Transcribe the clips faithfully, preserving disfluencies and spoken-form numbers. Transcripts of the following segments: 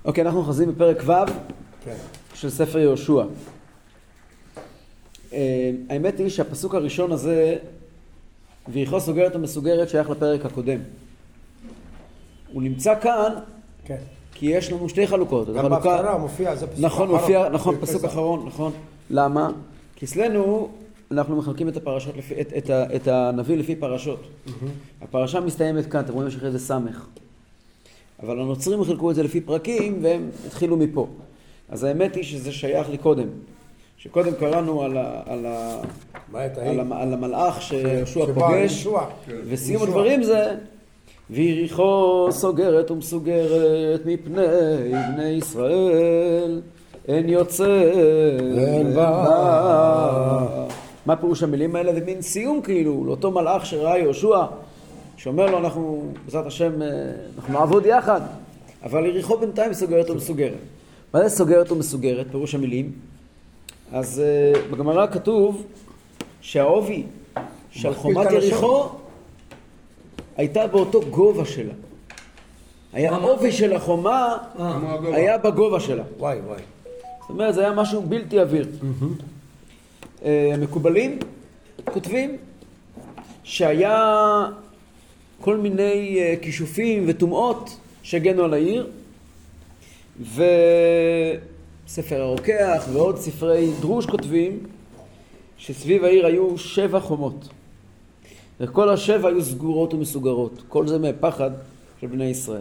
אוקיי, אנחנו חוזרים בפרק ו' כן. של ספר יהושע. האמת היא שהפסוק הראשון הזה, ויריחו סוגרת ומסוגרת, שייך לפרק הקודם. הוא נמצא כאן, כן. כי יש לנו שתי חלוקות. גם בהפטרה מופיע, זה פסוק נכון, אחרון. מופיע, נכון, פסוק אחרון, נכון. למה? כי אצלנו אנחנו מחלקים את הפרשות, לפי, את, את, את, את הנביא לפי פרשות. הפרשה מסתיימת כאן, אתם רואים שאחרי זה סמך. אבל הנוצרים חילקו את זה לפי פרקים, והם התחילו מפה. אז האמת היא שזה שייך לי קודם. שקודם קראנו על, ה, על, ה, על, ה, על המלאך שיהושע פוגש, וסיום הדברים זה, ויריחו סוגרת ומסוגרת מפני בני ישראל, אין יוצא ואין בא. מה פירוש המילים האלה? זה מין סיום כאילו, לאותו מלאך שראה יהושע, שאומר לו, אנחנו, בעזרת השם, אנחנו נעבוד יחד, אבל יריחו בינתיים סוגרת ומסוגרת. מה זה סוגרת ומסוגרת? פירוש המילים. אז uh, בגמרא כתוב שהעובי של חומת יריחו הייתה באותו גובה שלה. היה העובי של החומה, היה בגובה שלה. וואי וואי. זאת אומרת, זה היה משהו בלתי עביר. המקובלים כותבים שהיה כל מיני כישופים וטומאות שהגנו על העיר, וספר הרוקח ועוד ספרי דרוש כותבים שסביב העיר היו שבע חומות, וכל השבע היו סגורות ומסוגרות, כל זה מהפחד של בני ישראל.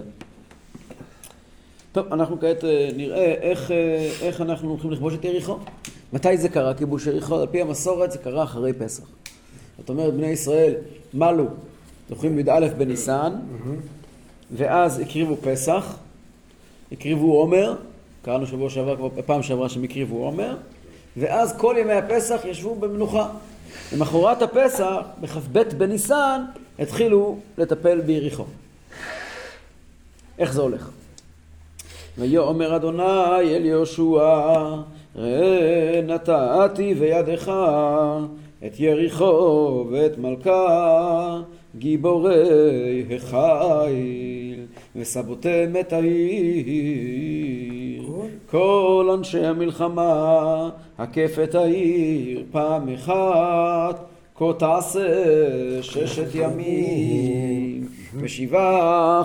טוב, אנחנו כעת נראה איך, איך אנחנו הולכים לכבוש את יריחו. מתי זה קרה, כיבוש יריחו? על פי המסורת זה קרה אחרי פסח. זאת אומרת, בני ישראל מלו, זוכרים י"א בניסן, ואז הקריבו פסח, הקריבו עומר, קראנו שבוע שעבר, כבר פעם שעברה שהם הקריבו עומר, ואז כל ימי הפסח ישבו במנוחה. למחרת הפסח, בכ"ב בניסן, התחילו לטפל ביריחו. איך זה הולך? ויאמר אדוני אל יהושע, ראה נתתי בידך את יריחו ואת מלכה גיבורי החיל וסבותם את העיר. כל אנשי המלחמה הקף את העיר פעם אחת, כה תעשה ששת ימים ושבעה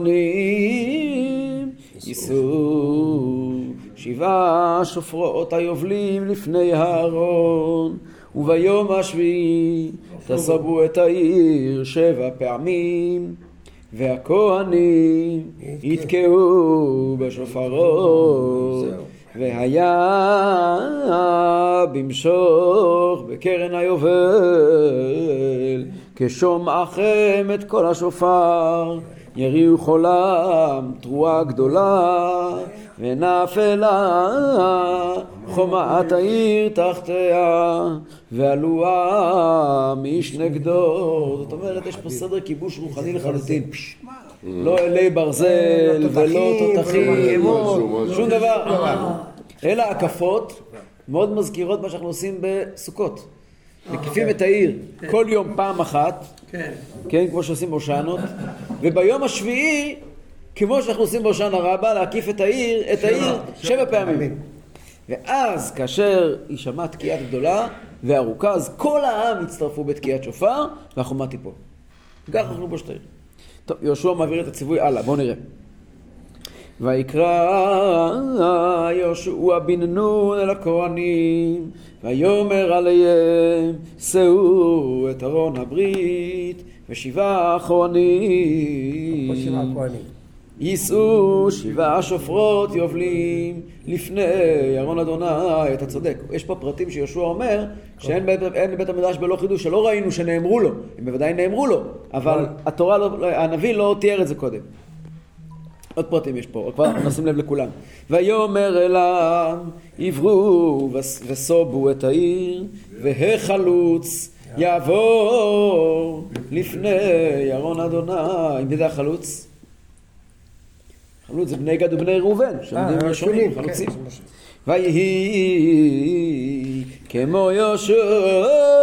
כהנים יישאו שבעה שופרות היובלים לפני הארון, וביום השביעי תסבו את העיר שבע פעמים, והכהנים יתקעו בשופרות, והיה במשוך בקרן היובל כשומעכם את כל השופר, יריעו חולם תרועה גדולה, ונפלה חומת העיר תחתיה, ועלו העם איש נגדו. זאת אומרת, יש פה סדר כיבוש רוחני לחלוטין. לא אלי ברזל ולא תותחים, שום דבר. אלא הקפות מאוד מזכירות מה שאנחנו עושים בסוכות. מקיפים את העיר כל יום פעם אחת, כן, כמו שעושים בהושענות, וביום השביעי, כמו שאנחנו עושים בהושענא רבה, להקיף את העיר, את העיר שבע פעמים. ואז כאשר יישמע תקיעת גדולה וארוכה, אז כל העם יצטרפו בתקיעת שופר, והחומה תיפול. כך אנחנו נכבוש את העיר. טוב, יהושע מעביר את הציווי הלאה, בואו נראה. ויקרא יהושע בן נון אל הכהנים, ויאמר עליהם, שאו את ארון הברית ושבעה כהנים, יישאו שבעה שופרות יובלים לפני ארון אדוני. אתה צודק, יש פה פרטים שיהושע אומר שאין בבית המדרש בלא חידוש, שלא ראינו שנאמרו לו, הם בוודאי נאמרו לו, אבל התורה לא, הנביא לא תיאר את זה קודם. עוד פרטים יש פה, כבר נשים לב לכולם. ויאמר אליהם, עברו וסובו את העיר, והחלוץ יעבור לפני ארון אדוני. אם זה החלוץ? חלוץ זה בני גד ובני ראובן, שעומדים ראשונים, חלוצים. ויהי כמו יהושע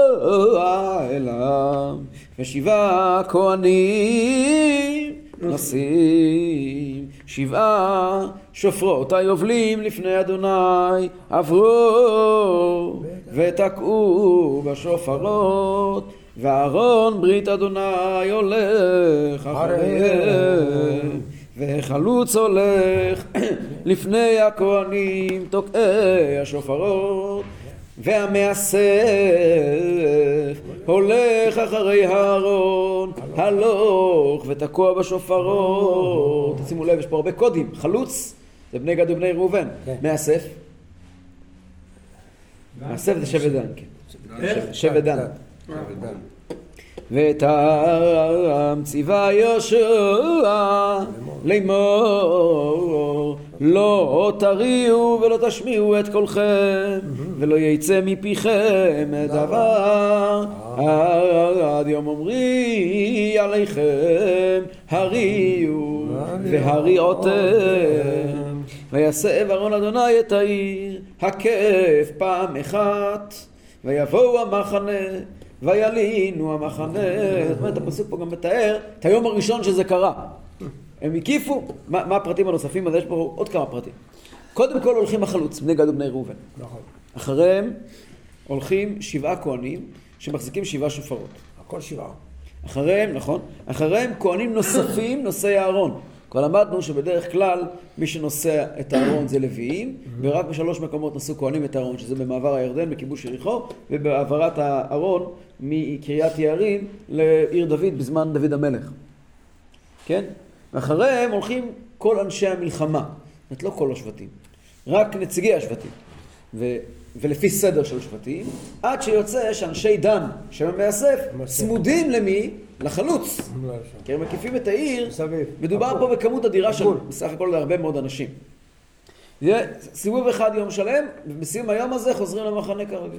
אליו, ושבעה כהנים נוסעים שבעה שופרות היובלים לפני אדוני עברו ותקעו בשופרות, ואהרון ברית אדוני הולך אחריהם, וחלוץ הולך לפני הכהנים תוקעי השופרות, והמאסף הולך אחרי הארון הלוך ותקוע בשופרות. תשימו לב, יש פה הרבה קודים. חלוץ זה בני גד ובני ראובן. מאסף מאסף זה שבט דן. שבט דן. ותם ציווה יהושע לאמור לא תריעו ולא תשמיעו את קולכם ולא יצא מפיכם דבר עד יום אומרי עליכם הריעו והריעותם. ויסב אהרון אדוני את העיר הקף פעם אחת, ויבואו המחנה וילינו המחנה. זאת אומרת, הפסוק פה גם מתאר את היום הראשון שזה קרה. הם הקיפו. מה, מה הפרטים הנוספים? אז יש פה עוד כמה פרטים. קודם כל הולכים החלוץ, בני גד ובני ראובן. נכון. אחריהם הולכים שבעה כהנים שמחזיקים שבעה שופרות. הכל שבעה. אחריהם, נכון, אחריהם כהנים נוספים נושאי הארון. כבר למדנו שבדרך כלל מי שנושא את הארון זה לוויים, ורק בשלוש מקומות נשאו כהנים את הארון, שזה במעבר הירדן, בכיבוש יריחו, ובעברת הארון מקריית יערים לעיר דוד בזמן דוד המלך. כן? ואחריהם הולכים כל אנשי המלחמה, זאת לא כל השבטים, רק נציגי השבטים. ו... ולפי סדר של שבטים, עד שיוצא שאנשי דן, שם המאסף, צמודים למי? לחלוץ. כי הם מקיפים את העיר, מדובר פה בכמות אדירה של בסך הכל להרבה מאוד אנשים. זה סיבוב אחד יום שלם, ובסיום היום הזה חוזרים למחנה כרגיל.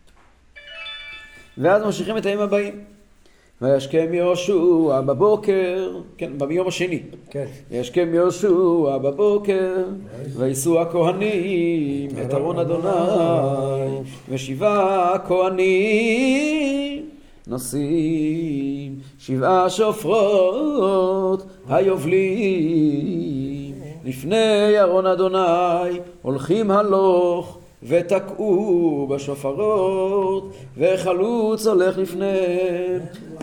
ואז ממשיכים את הימים הבאים. וישכם יהושע בבוקר, כן, ביום השני. כן. וישכם יהושע בבוקר, ויישאו הכהנים את ארון אדוני, ושבעה הכהנים נושאים שבעה שופרות היובלים לפני ארון אדוני, הולכים הלוך ותקעו בשופרות, וחלוץ הולך לפניהם,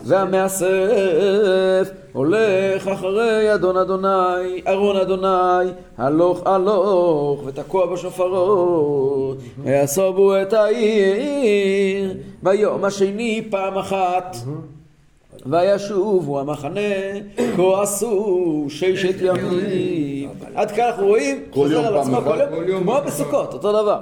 והמאסף הולך אחרי אדון אדוני, ארון אדוני, הלוך הלוך ותקוע בשופרות, ויסובו את העיר ביום השני פעם אחת, וישובו המחנה כועסו ששת ימים. עד כאן אנחנו רואים חוזר על עצמו כל יום, כמו בסוכות, אותו דבר.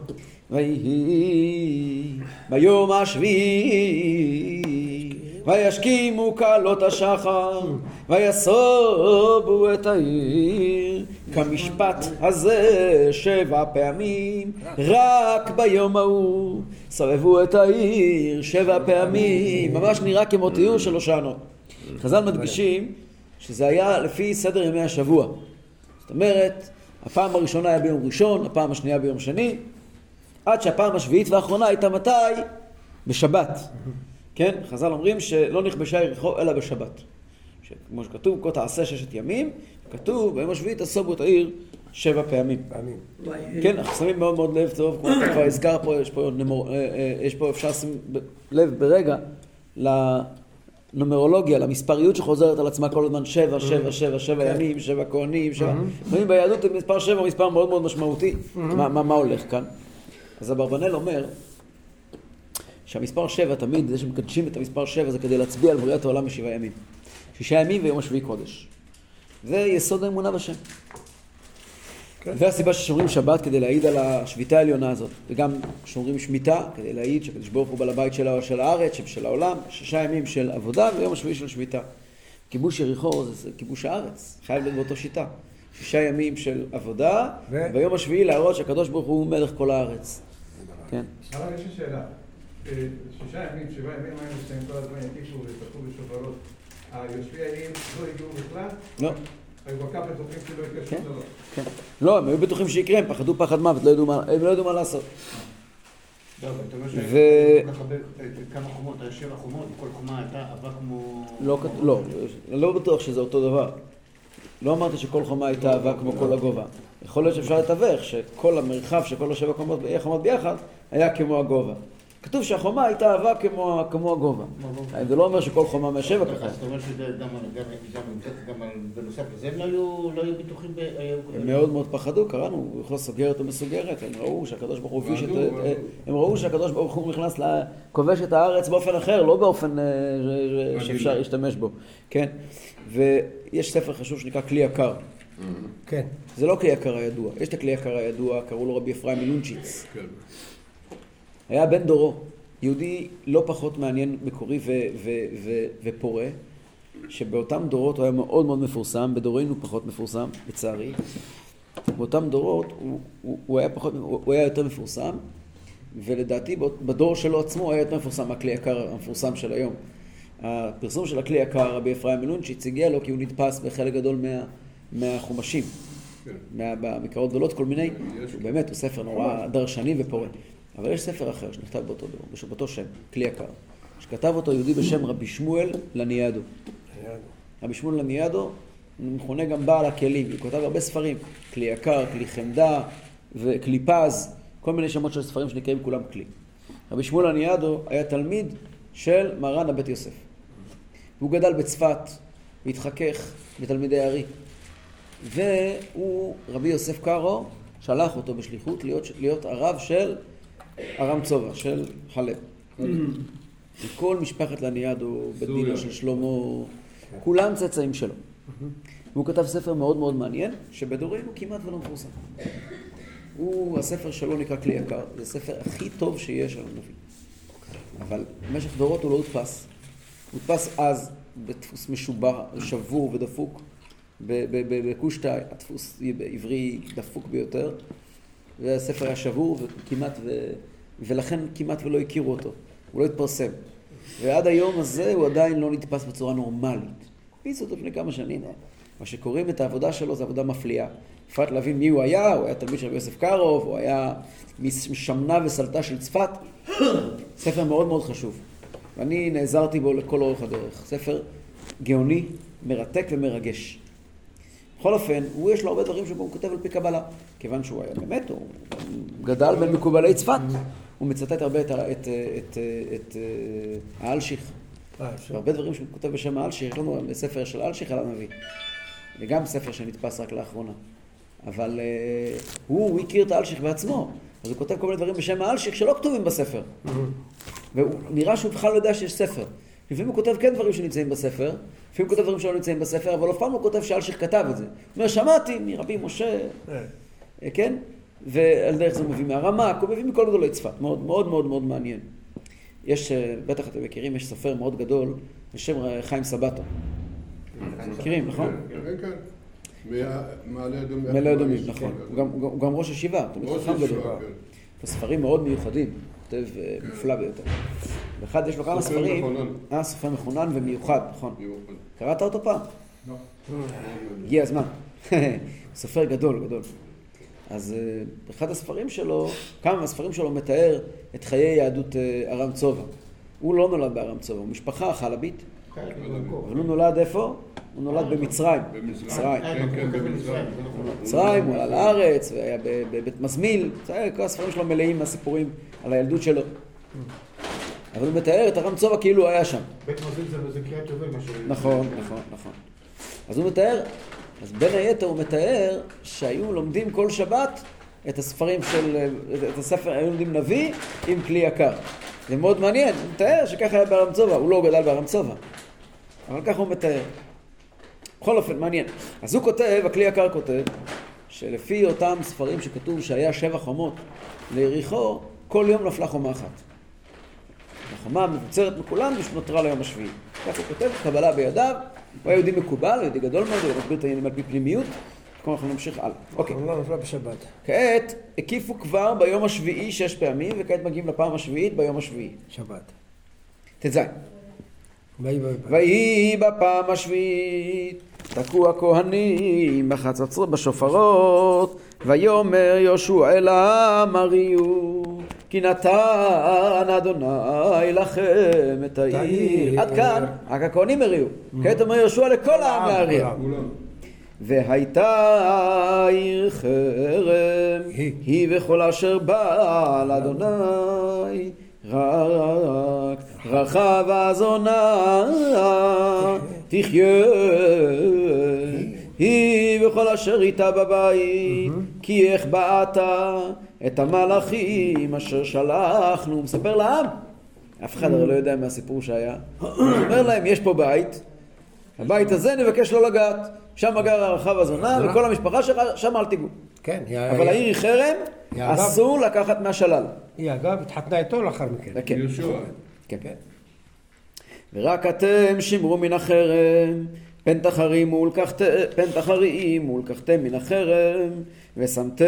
ויהי ביום השביעי וישכימו כלות השחר ויסובו את העיר כמשפט הזה שבע פעמים, רק ביום ההוא סובבו את העיר שבע פעמים. ממש נראה כמו תיאור של הושענא. חז"ל מדגישים שזה היה לפי סדר ימי השבוע. זאת אומרת, הפעם הראשונה היה ביום ראשון, הפעם השנייה ביום שני, עד שהפעם השביעית והאחרונה הייתה מתי? בשבת. כן? חז"ל אומרים שלא נכבשה יריחו אלא בשבת. כמו שכתוב, כה תעשה ששת ימים, כתוב ביום השביעי תסובו את העיר שבע פעמים. כן, אנחנו שמים מאוד מאוד לב טוב, כמו שאתה כבר הזכר פה, יש פה, נמור, יש פה אפשר לשים לב ברגע לנומרולוגיה, למספריות שחוזרת על עצמה כל הזמן, שבע, שבע, שבע, שבע ימים, שבע כהנים, שבע. לפעמים ביהדות מספר שבע הוא מספר מאוד מאוד משמעותי. מה, מה, מה הולך כאן? אז אברבנאל אומר שהמספר שבע תמיד, זה שמקדשים את המספר שבע, זה כדי להצביע על בריאת העולם בשבעה ימים. שישה ימים ויום השביעי קודש. זה יסוד האמונה בשם. כן. והסיבה ששומרים שבת כדי להעיד על השביתה העליונה הזאת. וגם שומרים שמיטה כדי להעיד שקדוש ברוך הוא בעל הבית של, של הארץ, של העולם, שישה ימים של עבודה ויום השביעי של שביתה. כיבוש יריחו זה, זה כיבוש הארץ, חייב להיות באותו שיטה. שישה ימים של עבודה, ו... ויום השביעי להראות שהקדוש ברוך הוא מלך כל הארץ. כן. אבל יש לי שאלה. שישה ימים, שבעה ימים היינו שהם כל הזמן יקיפו ותקעו בשופרות. היושבי העיר לא הגיעו בכלל? לא. היו בקה בטוחים שלא יקרה שום דבר. כן. לא, הם היו בטוחים שיקרה, הם פחדו פחד מוות, הם לא ידעו מה לעשות. לא, אתה אומר שחבר כמה חומות, היה שבע חומות, וכל חומה הייתה אבק כמו... לא, לא, לא בטוח שזה אותו דבר. לא אמרתי שכל חומה הייתה אהבה כמו כל הגובה. יכול להיות שאפשר לתווך שכל המרחב של כל השבע חומות, חומות ביחד היה כמו הגובה. כתוב שהחומה הייתה אהבה כמו, כמו הגובה. זה לא אומר שכל חומה מהשבע ככה. אז אתה אומר שגם בנוסף לזה הם לא היו ביטוחים? הם מאוד מאוד פחדו, קראנו, הוא יכול סוגרת ומסוגרת, הם ראו שהקדוש ברוך הוא הוביש את... הם ראו שהקדוש ברוך הוא נכנס לכובש את הארץ באופן אחר, לא באופן שאפשר להשתמש בו. כן? ויש ספר חשוב שנקרא כלי יקר. כן. זה לא כלי יקר הידוע, יש את הכלי יקר הידוע, קראו לו רבי אפרים מלונצ'יץ. כן. היה בן דורו, יהודי לא פחות מעניין, מקורי ו- ו- ו- ופורה, שבאותם דורות הוא היה מאוד מאוד מפורסם, בדורנו פחות מפורסם, לצערי. באותם דורות הוא, הוא, הוא, היה פחות, הוא היה יותר מפורסם, ולדעתי בדור שלו עצמו הוא היה יותר מפורסם מהכלי יקר המפורסם של היום. הפרסום של הכלי יקר, רבי אפרים מלונצ'יץ, הגיע לו כי הוא נדפס בחלק גדול מה, מהחומשים, מה, במקראות גדולות, כל מיני, הוא באמת, הוא ספר נורא דרשני ופורה. אבל יש ספר אחר שנכתב באותו דור, באותו שם, כלי יקר, שכתב אותו יהודי בשם רבי שמואל לניאדו. רבי שמואל לניאדו, הוא מכונה גם בעל הכלים, הוא כותב הרבה ספרים, כלי יקר, כלי חמדה וכלי פז, כל מיני שמות של ספרים שנקראים כולם כלי. רבי שמואל לניאדו היה תלמיד של מרן הבית יוסף. והוא גדל בצפת, והתחכך בתלמידי הארי. והוא, רבי יוסף קארו, שלח אותו בשליחות להיות, להיות הרב של ארם צובא, של חלב. וכל משפחת לניאדו, בית דינו של שלמה, כולם צאצאים שלו. והוא כתב ספר מאוד מאוד מעניין, שבדורנו כמעט ולא מפורסם. הוא, הספר שלו נקרא כלי יקר, זה הספר הכי טוב שיש על הנביא. אבל במשך דורות הוא לא הודפס. הוא הודפס אז בדפוס משובע, שבור ודפוק, בקושטאי, הדפוס בעברי דפוק ביותר, והספר היה שבור וכמעט ו... ולכן כמעט ולא הכירו אותו, הוא לא התפרסם. ועד היום הזה הוא עדיין לא נתפס בצורה נורמלית. פיצו אותו לפני כמה שנים. מה שקוראים את העבודה שלו זה עבודה מפליאה. בפרט להבין מי הוא היה, הוא היה תלמיד של רבי יוסף קארו, הוא היה משמנה וסלטה של צפת. ספר מאוד מאוד חשוב. ואני נעזרתי בו לכל אורך הדרך. ספר גאוני, מרתק ומרגש. בכל אופן, הוא יש לו הרבה דברים שבו הוא כותב על פי קבלה. כיוון שהוא היה באמת, הוא גדל בין מקובלי צפת. הוא מצטט הרבה את, את, את, את, את האלשיך. הרבה דברים שהוא כותב בשם האלשיך. יש לנו ספר של האלשיך על הנביא. וגם ספר שנתפס רק לאחרונה. אבל uh, הוא, הוא הכיר את האלשיך בעצמו. אז הוא כותב כל מיני דברים בשם האלשיך שלא כתובים בספר. והוא נראה שהוא בכלל לא יודע שיש ספר. לפעמים הוא כותב כן דברים שנמצאים בספר, לפעמים הוא כותב דברים שלא נמצאים בספר, אבל אף פעם הוא כותב שאלשיך כתב את זה. הוא אומר, שמעתי מרבי משה, כן? ועל דרך זה הוא מביא מהרמ"ק, הוא מביא מכל גדולי צפת. מאוד מאוד מאוד מאוד מעניין. יש, בטח אתם מכירים, יש סופר מאוד גדול בשם חיים סבתו. מכירים, נכון? כן, כן. מעלה אדומים. מעלה אדומים, נכון. הוא גם ראש ישיבה. ראש ישיבה, כן. ספרים מאוד מיוחדים, כותב מופלא ביותר. ואחד יש לו כמה ספרים. סופר מחונן. אה, סופר מחונן ומיוחד, נכון. מיוחד. קראת אותו פעם? לא. הגיע הזמן. סופר גדול, גדול. אז אחד הספרים שלו, כמה מהספרים שלו מתאר את חיי יהדות ארם צובא. הוא לא נולד בארם צובא, הוא משפחה חלבית. אבל הוא נולד איפה? הוא נולד במצרים. במצרים. כן, כן, במצרים. במצרים, הוא עלה לארץ, והיה בבית מזמיל. כל הספרים שלו מלאים מהסיפורים על הילדות שלו. אבל הוא מתאר את ארם צובא כאילו הוא היה שם. בית מזמיל זה קריאת יובל משהו. נכון, נכון, נכון. אז הוא מתאר, אז בין היתר הוא מתאר שהיו לומדים כל שבת את הספרים של, את הספר, היו לומדים נביא עם כלי יקר. זה מאוד מעניין, הוא מתאר שככה היה בארם צובא, הוא לא גדל בארם צובא. אבל ככה הוא מתאר. בכל אופן, מעניין. אז הוא כותב, הכלי יקר כותב, שלפי אותם ספרים שכתוב שהיה שבע חומות ליריחו, כל יום נפלה חומה אחת. החומה מבוצרת מכולם ושנותרה ליום השביעי. ככה הוא כותב, קבלה בידיו, הוא היה יהודי מקובל, יהודי גדול מאוד, הוא מסביר את העניינים על פי פנימיות, כמו אנחנו נמשיך הלאה. אוקיי. החומה נפלה בשבת. כעת, הקיפו כבר ביום השביעי שש פעמים, וכעת מגיעים לפעם השביעית ביום השביעי. שבת. תזי. ויהי בפעם השביעית, תקעו הכהנים בחצוצרות בשופרות, ויאמר יהושע אל העם הריעו, כי נתן אדוני לכם את העיר. עד כאן, רק הכהנים הריעו. כעת אומר יהושע לכל העם להריע. והייתה עיר חרם, היא וכל אשר בא על אדוני, רק רחב הזונה תחיה, היא וכל אשר איתה בבית, כי איך באת את המלאכים אשר שלחנו. הוא מספר לעם, אף אחד הרי לא יודע מהסיפור שהיה. הוא אומר להם, יש פה בית, הבית הזה נבקש לא לגעת, שם גר הרחב הזונה וכל המשפחה שלך, שם אל תיגעו. כן, אבל העיר היא חרם, אסור לקחת מהשלל. היא אגב התחתנה איתו לאחר מכן. כן. יהושע. כן. ורק אתם שמרו מן החרם, פן תחרימו ולקחתם, פן תחרימו ולקחתם מן החרם, ושמתם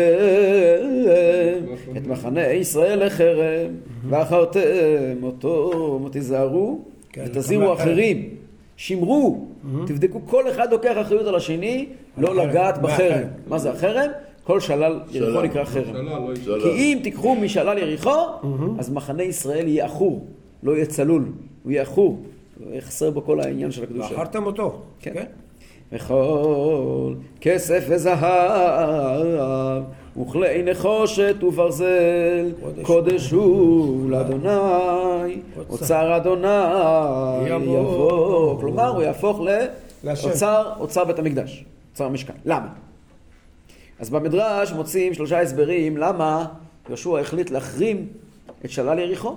את מחנה ישראל לחרם, ואחרתם אותו, תיזהרו ותזהירו אחרים. שמרו, תבדקו, כל אחד לוקח אחריות על השני, לא לגעת בחרם. מה זה החרם? כל שלל יריחו נקרא חרם. כי אם תיקחו משלל יריחו, אז מחנה ישראל יהיה אחור, לא יהיה צלול, הוא יהיה אחור. יחסר בו כל העניין של הקדושה. ואחרתם אותו. כן. וכל כסף וזהב וכלי נחושת וברזל קודש הוא לאדוני, אוצר אדוני יבוא. כלומר הוא יהפוך לאוצר אוצר בית המקדש, אוצר המשכן. למה? אז במדרש מוצאים שלושה הסברים למה יהושע החליט להחרים את שלל יריחו.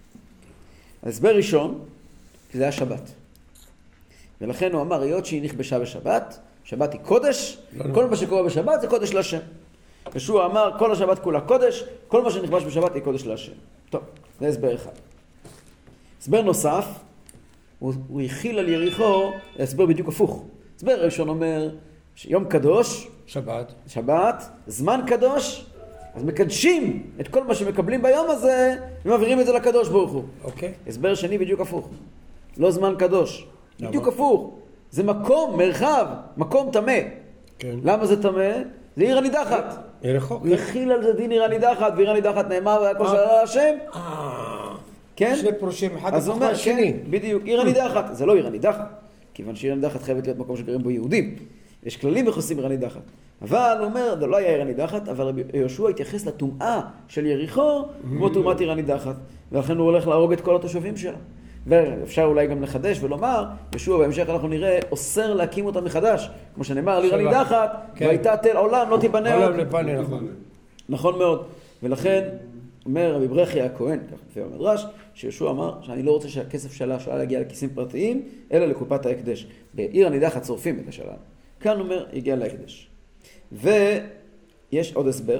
ההסבר ראשון, כי זה היה שבת. ולכן הוא אמר, היות שהיא נכבשה בשבת, שבת היא קודש, כל מה שקורה בשבת זה קודש להשם. יהושע אמר, כל השבת כולה קודש, כל מה שנכבש בשבת היא קודש להשם. טוב, זה הסבר אחד. הסבר נוסף, הוא, הוא הכיל על יריחו, הסבר בדיוק הפוך. הסבר ראשון אומר, שיום קדוש, שבת, שבת, זמן קדוש, אז מקדשים את כל מה שמקבלים ביום הזה, ומעבירים את זה לקדוש ברוך הוא. אוקיי. הסבר שני בדיוק הפוך. לא זמן קדוש. בדיוק הפוך. זה מקום, מרחב, מקום טמא. כן. למה זה טמא? זה עיר הנידחת. יריחו, הוא הכיל על זה דין עיר הנידחת, ועיר הנידחת נאמר והכל של השם. כן? שני פרושים, אחד אז הוא אומר, השני. כן, בדיוק, עיר הנידחת. זה לא עיר הנידחת, כיוון שעיר הנידחת חייבת להיות מקום שגרים בו יהודים. יש כללים מכוסים עיר הנידחת. אבל הוא אומר, זה לא היה עיר הנידחת, אבל יהושע התייחס לטומאה של יריחו כמו טומאת עיר הנידחת. ולכן הוא הולך להרוג את כל התושבים שלה. ואפשר אולי גם לחדש ולומר, יהושע בהמשך אנחנו נראה, אוסר להקים אותה מחדש. כמו שנאמר, על עיר הנידחת, והייתה תל עולם, לא תיבנה עוד. עולם לפני, נכון. נכון מאוד. ולכן אומר רבי ברכיה הכהן, כך לפי המדרש, שיהושע אמר שאני לא רוצה שהכסף שלה שלה להגיע לכיסים פרטיים, אלא לקופת ההקדש. בעיר הנידחת שורפים את השלל. כאן אומר, הגיע להקדש. ויש עוד הסבר,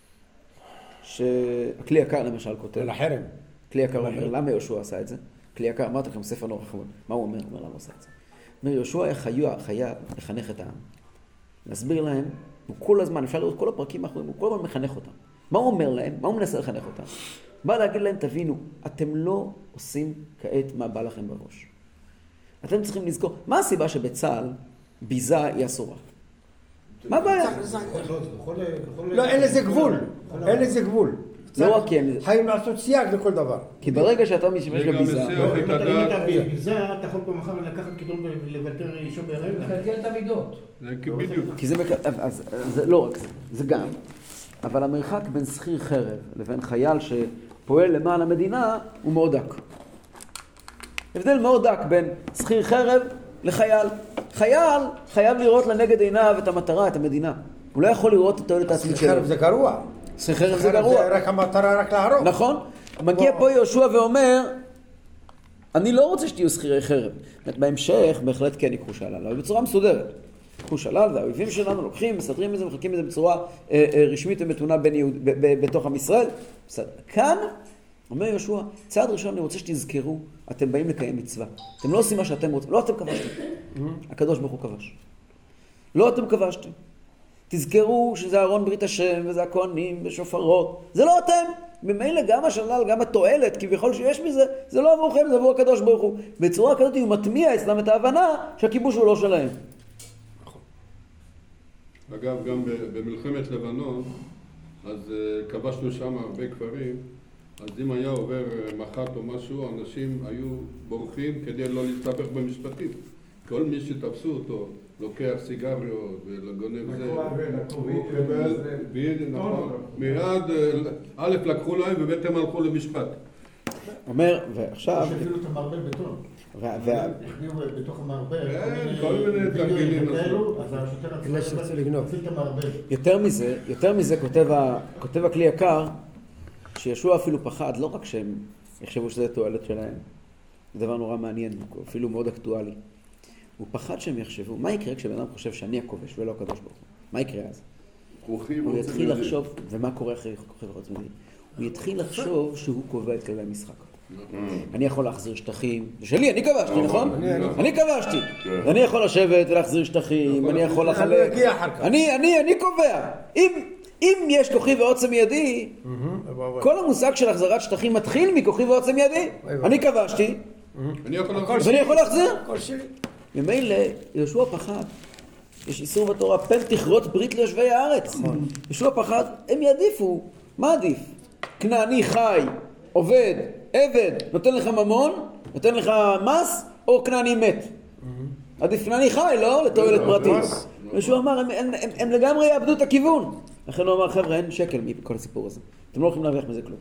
שהכלי יקר למשל כותב. לחרם. כלי יקר אומר, למה יהושע עשה את זה? כלי יקר, אמרתי לכם, ספר נורא חמוד. מה הוא אומר? הוא אומר, למה הוא עשה את זה? אומר, יהושע היה חייב לחנך את העם. להסביר להם, הוא כל הזמן, אפשר לראות כל הפרקים האחרים, הוא כל הזמן מחנך אותם. מה הוא אומר להם? מה הוא מנסה לחנך אותם? בא להגיד להם, תבינו, אתם לא עושים כעת מה בא לכם בראש. אתם צריכים לזכור, מה הסיבה שבצה"ל ביזה היא אסורה? מה הבעיה? לא, אין לזה גבול. אין לזה גבול. לא רק כי הם... חייבים לעשות סייג לכל דבר. כי ברגע שאתה משתמש בביזה... אם אתה בביזה, אתה יכול פעם אחר לקחת כדור ולוותר אישו בערב. לקלקל את המידות. זה בדיוק. כי זה... אז זה לא רק זה, זה גם. אבל המרחק בין שכיר חרב לבין חייל שפועל למען המדינה הוא מאוד דק. הבדל מאוד דק בין שכיר חרב לחייל. חייל חייב לראות לנגד עיניו את המטרה, את המדינה. הוא לא יכול לראות את התועלת העצמית שלו. שכיר חרב זה גרוע. שכיר חרב זה גרוע. זה רק המטרה, רק להרוג. נכון. מגיע פה יהושע ואומר, אני לא רוצה שתהיו שכירי חרב. בהמשך בהחלט כן יקחו שלל, אבל בצורה מסודרת. יקחו שלל, והאויבים שלנו לוקחים, מסדרים את זה, מחלקים את זה בצורה אה, אה, רשמית ומתונה בין יהוד, ב, ב, בתוך עם ישראל. בסדר. כאן, אומר יהושע, צעד ראשון אני רוצה שתזכרו, אתם באים לקיים מצווה. אתם לא עושים מה שאתם רוצים, לא אתם כבשתם. הקדוש ברוך הוא כבש. לא אתם כבשתם. תזכרו שזה ארון ברית השם, וזה הכהנים ושופרות. זה לא אתם. ממילא גם השלל, גם התועלת, כביכול שיש מזה, זה לא עבורכם, זה עבור הקדוש ברוך הוא. בצורה כזאת הוא מטמיע אצלם את ההבנה שהכיבוש הוא לא שלהם. אגב, גם במלחמת לבנון, אז כבשנו שם הרבה כפרים, אז אם היה עובר מח"ט או משהו, אנשים היו בורחים כדי לא להסתבך במשפטים. כל מי שתפסו אותו לוקח סיגריות ולגונב זה. לקחו הוא קיבל, בדיוק, נכון. מיד, א' לקחו להם ובעצם הלכו למשפט. אומר, ועכשיו... או שהפעילו את המערבל בטון. הכניעו בתוך המערבל, כל מיני תרגילים כאלו, אז השוטר רצה לגנוב את המערבל. יותר מזה, יותר מזה כותב הכלי יקר, שישוע אפילו פחד, לא רק שהם יחשבו שזה תועלת שלהם, זה דבר נורא מעניין, אפילו מאוד אקטואלי. הוא פחד שהם יחשבו, מה יקרה כשבן אדם חושב שאני הכובש ולא הקדוש ברוך הוא? מה יקרה אז? הוא יתחיל לחשוב, ומה קורה אחרי כוכב ועוצם ידי? הוא יתחיל לחשוב שהוא קובע את כללי המשחק. אני יכול להחזיר שטחים, זה שלי, אני כבשתי, נכון? אני כבשתי. אני יכול לשבת ולהחזיר שטחים, אני יכול לחלק. אני, אני, אני קובע. אם יש כוחי ועוצם ידי, כל המושג של החזרת שטחים מתחיל מכוחי ועוצם ידי. אני כבשתי, ואני יכול להחזיר. ממילא, יהושע פחד. יש איסור בתורה, פן תכרות ברית ליושבי הארץ. יהושע פחד, הם יעדיפו. מה עדיף? כנעני חי, עובד, עבד, נותן לך ממון, נותן לך מס, או כנעני מת? עדיף כנעני חי, לא? לתועלת פרטית. יהושע אמר, הם לגמרי יאבדו את הכיוון. לכן הוא אמר, חבר'ה, אין שקל מכל הסיפור הזה. אתם לא הולכים להרוויח מזה כלום.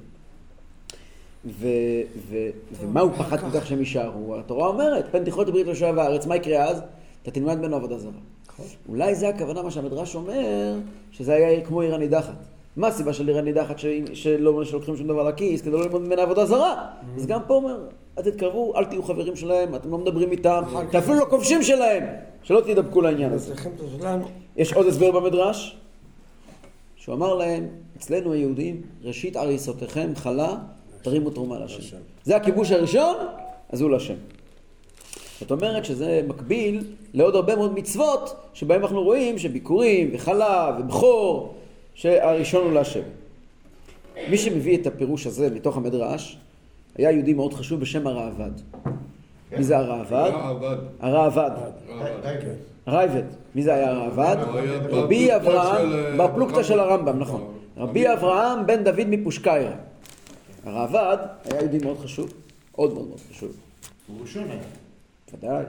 ומה הוא פחד כל כך שהם יישארו? התורה אומרת, פן תכרות ברית ליושבי הארץ, מה יקרה אז? אתה תלמד ממנו עבודה זרה. אולי זה הכוונה מה שהמדרש אומר, שזה היה כמו עיר הנידחת. מה הסיבה של עיר הנידחת שלא לוקחים שום דבר לכיס כדי לא ללמוד ממנה עבודה זרה? אז גם פה אומר, אל תתקרבו, אל תהיו חברים שלהם, אתם לא מדברים איתם, אתם אפילו לא כובשים שלהם, שלא תדבקו לעניין הזה. יש עוד הסבר במדרש, שהוא אמר להם, אצלנו היהודים, ראשית עריסותיכם חלה, תרימו תרומה לשם. זה הכיבוש הראשון, אז הוא לשם. זאת אומרת שזה מקביל לעוד הרבה מאוד מצוות שבהם אנחנו רואים שביקורים וחלה ובחור שהראשון הוא להשם. מי שמביא את הפירוש הזה מתוך המדרש היה יהודי מאוד חשוב בשם הרעב"ד. מי זה הרעב"ד? הרעב"ד. הרייבד. מי זה היה הרעב"ד? רבי אברהם, בפלוגתא של הרמב"ם, נכון. רבי אברהם בן דוד מפושקיירה. הרעב"ד היה יהודי מאוד חשוב, עוד מאוד מאוד חשוב. הוא ראשון היה. ודאי.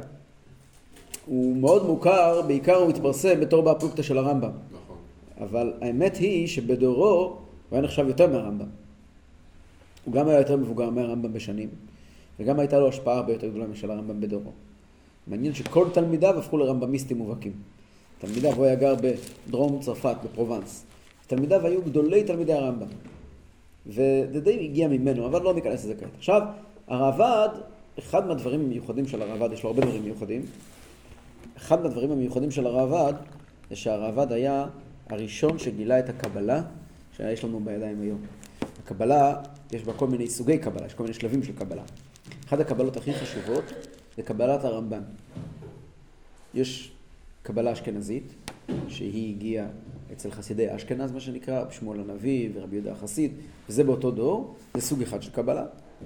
הוא מאוד מוכר, בעיקר הוא התפרסם בתור בפלוגתא של הרמב"ם. נכון. אבל האמת היא שבדורו הוא היה נחשב יותר מהרמב"ם. הוא גם היה יותר מבוגר מהרמב"ם בשנים, וגם הייתה לו השפעה הרבה יותר גדולה משל הרמב"ם בדורו. מעניין שכל תלמידיו הפכו לרמב"מיסטים מובהקים. תלמידיו הוא היה גר בדרום צרפת, בפרובנס. תלמידיו היו גדולי תלמידי הרמב"ם. וזה די הגיע ממנו, אבל לא ניכנס לזה כעת. עכשיו, הרעב"ד, אחד מהדברים המיוחדים של הרעב"ד, יש לו הרבה דברים מיוחדים. אחד מהדברים המיוחדים של הרעב"ד, זה שהרעב"ד היה הראשון שגילה את הקבלה שיש לנו בידיים היום. הקבלה, יש בה כל מיני סוגי קבלה, יש כל מיני שלבים של קבלה. אחת הקבלות הכי חשובות זה קבלת הרמב"ן. יש קבלה אשכנזית, שהיא הגיעה אצל חסידי אשכנז, מה שנקרא, שמואל הנביא ורבי יהודה החסיד, וזה באותו דור, זה סוג אחד של קבלה.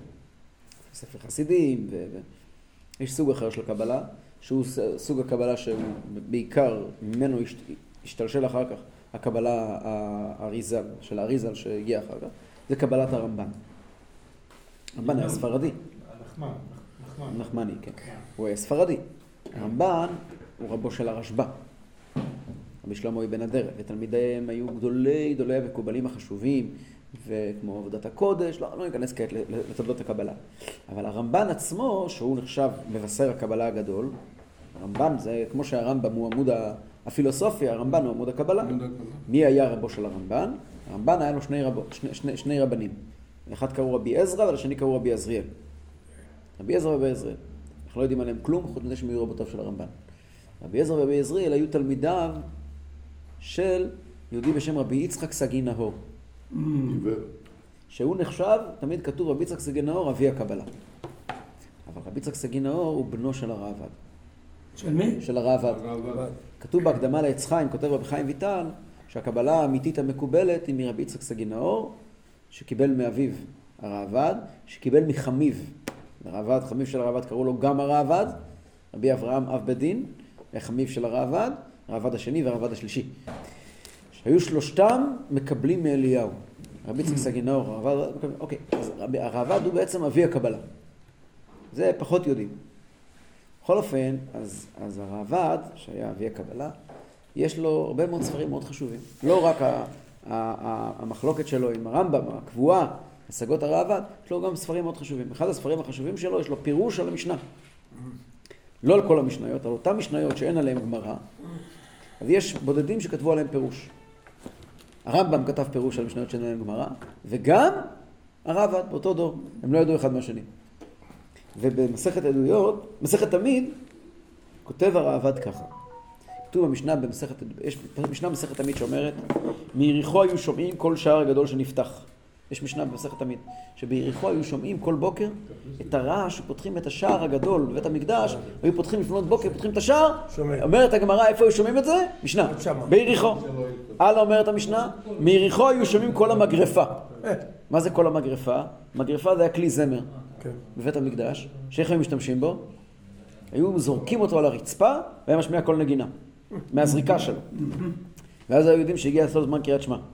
ספר חסידים, ויש סוג אחר של קבלה, שהוא סוג הקבלה שהוא בעיקר ממנו השתלשל אחר כך, הקבלה האריזל, של האריזל שהגיע אחר כך, זה קבלת הרמב"ן. הרמב"ן היה ספרדי. נחמן. נחמני, כן. הוא היה ספרדי. הרמב"ן הוא רבו של הרשב"א. רבי שלמה אבן הדרך, ותלמידיהם היו גדולי, גדולי המקובלים החשובים, וכמו עבודת הקודש, לא, לא ניכנס כעת לתולדות הקבלה. אבל הרמב"ן עצמו, שהוא נחשב מבשר הקבלה הגדול, הרמב"ן זה כמו שהרמב"ם הוא עמוד הפילוסופיה, הרמב"ן הוא עמוד הקבלה. מי היה רבו של הרמב"ן? הרמב"ן היה לו שני, רבו, שני, שני, שני רבנים. אחד קראו רבי עזרא ולשני קראו רבי עזריאל. רבי עזרא ורבי עזריאל. אנחנו לא יודעים עליהם כלום, חוץ מזה שהם היו רבותיו של הרמב"ן. רבי עזרא ורבי עזריאל היו תלמידיו של יהודי בשם רבי יצחק סגי נהור. שהוא נחשב, תמיד כתוב רבי יצחק סגי נהור, אבי הקבלה. אבל רבי יצחק סגי נהור הוא בנו של הרעב"ד. של מי? של הרעב"ד. כתוב בהקדמה לעץ חיים, כותב רבי חיים ויטל, שהקבלה האמיתית המקובלת היא מרבי יצחק סגי נהור, שקיבל מאביו הרעב"ד, שקיבל מחמיו. הרעב"ד, חמיו של הרעב"ד קראו לו גם הרעב"ד, רבי אברהם אב בית דין, חמיו של הרעב"ד, הרעב"ד השני והרעב"ד השלישי. שהיו שלושתם מקבלים מאליהו. רבי יצחק סגי נהור, הרעב"ד, אוקיי, אז הרעב"ד הוא בעצם אבי הקבלה. זה פחות יודעים. בכל אופן, אז, אז הרעב"ד, שהיה אבי הקבלה, יש לו הרבה מאוד ספרים מאוד חשובים. לא רק ה, ה, ה, המחלוקת שלו עם הרמב"ם, הקבועה, השגות הרעב"ד, יש לו גם ספרים מאוד חשובים. אחד הספרים החשובים שלו, יש לו פירוש על המשנה. לא על כל המשניות, על אותם משניות שאין עליהם גמרא, אז יש בודדים שכתבו עליהם פירוש. הרמב"ם כתב פירוש על משניות שאין עליהם גמרא, וגם הרעב"ד באותו דור. הם לא ידעו אחד מהשני. ובמסכת עדויות, מסכת תמיד, כותב הרעב"ד ככה. כתוב במשנה במסכת, יש משנה במסכת תמיד שאומרת, מיריחו היו שומעים כל שער הגדול שנפתח. יש משנה במסכת תמיד, שביריחו היו שומעים כל בוקר את הרעש, ופותחים את השער הגדול בבית המקדש, והיו פותחים לפנות בוקר, פותחים את השער, אומרת הגמרא, איפה היו שומעים את זה? משנה, ביריחו. הלאה אומרת המשנה, מיריחו היו שומעים כל המגרפה. מה זה כל המגרפה? מגרפה זה היה כלי זמר בבית המקדש, שאיך היו משתמשים בו? היו זורקים אותו על הרצפה, והיה משמיע כל נגינה, מהזריקה שלו. ואז היו יודעים שהגיע לעשות זמן קריאת שמע.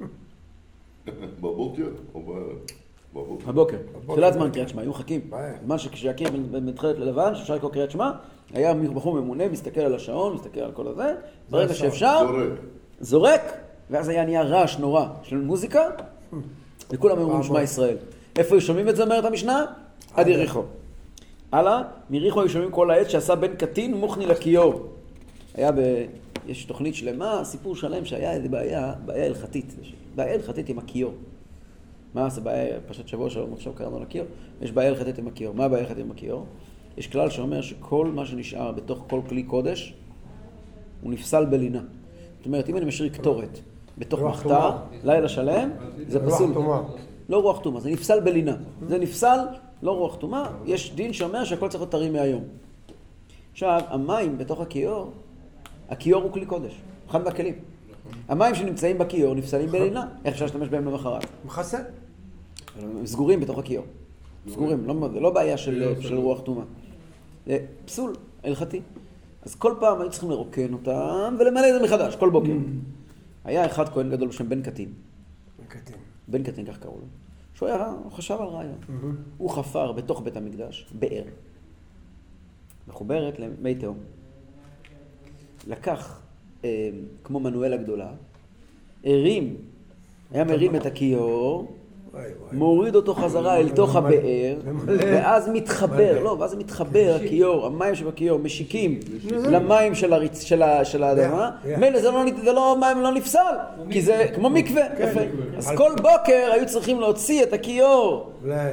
בבוקר או בבוקר? בבוקר. תחילת זמן קריאת שמע, היו חכים. זמן שכשיקיר מתחילת ללבן, שאפשר לקרוא קריאת שמע, היה בחור ממונה, מסתכל על השעון, מסתכל על כל הזה, ברגע שאפשר, זורק, ואז היה נהיה רעש נורא של מוזיקה, וכולם אומרים שמע ישראל. איפה היו שומעים את זה, אומרת המשנה? עד יריחו. הלאה, מיריחו היו שומעים כל העת שעשה בן קטין מוכני לכיור. היה ב... יש תוכנית שלמה, סיפור שלם שהיה איזו בעיה, בעיה הלכתית. בעיה הלכתית עם הכיור. מה זה בעיה, פשוט שבוע שלום, עכשיו קראנו לכיור, יש בעיה הלכתית עם הכיור. מה הבעיה הלכתית עם הכיור? יש כלל שאומר שכל מה שנשאר בתוך כל כלי קודש, הוא נפסל בלינה. זאת אומרת, אם אני משאיר קטורת בתוך מחתר, לילה שלם, זה פסול. לא רוח תומה, זה נפסל בלינה. זה נפסל, לא רוח תומה, יש דין שאומר שהכל צריך להיות טרי מהיום. עכשיו, המים בתוך הכיור, הכיור הוא כלי קודש, אחד מהכלים. המים שנמצאים בכיור נפסלים בלינה, איך אפשר להשתמש בהם למחרת? מחסה. הם סגורים בתוך הכיור. סגורים, זה לא בעיה של רוח תומה. זה פסול, הלכתי. אז כל פעם היו צריכים לרוקן אותם ולמלא את זה מחדש, כל בוקר. היה אחד כהן גדול בשם בן קטין. בן קטין. בן קטין, כך קראו לו. שהוא היה, הוא חשב על רעיון. הוא חפר בתוך בית המקדש, באר. מחוברת למי תהום. לקח, אה, כמו מנואל הגדולה, הרים, היה מרים את הכיור, מוריד אותו חזרה אל תוך הבאר, ואז מתחבר, לא, ואז מתחבר הכיור, המים שבכיור משיקים למים של האדמה, מילא זה לא מים לא נפסל, כי זה כמו מקווה, יפה. אז כל בוקר היו צריכים להוציא את הכיור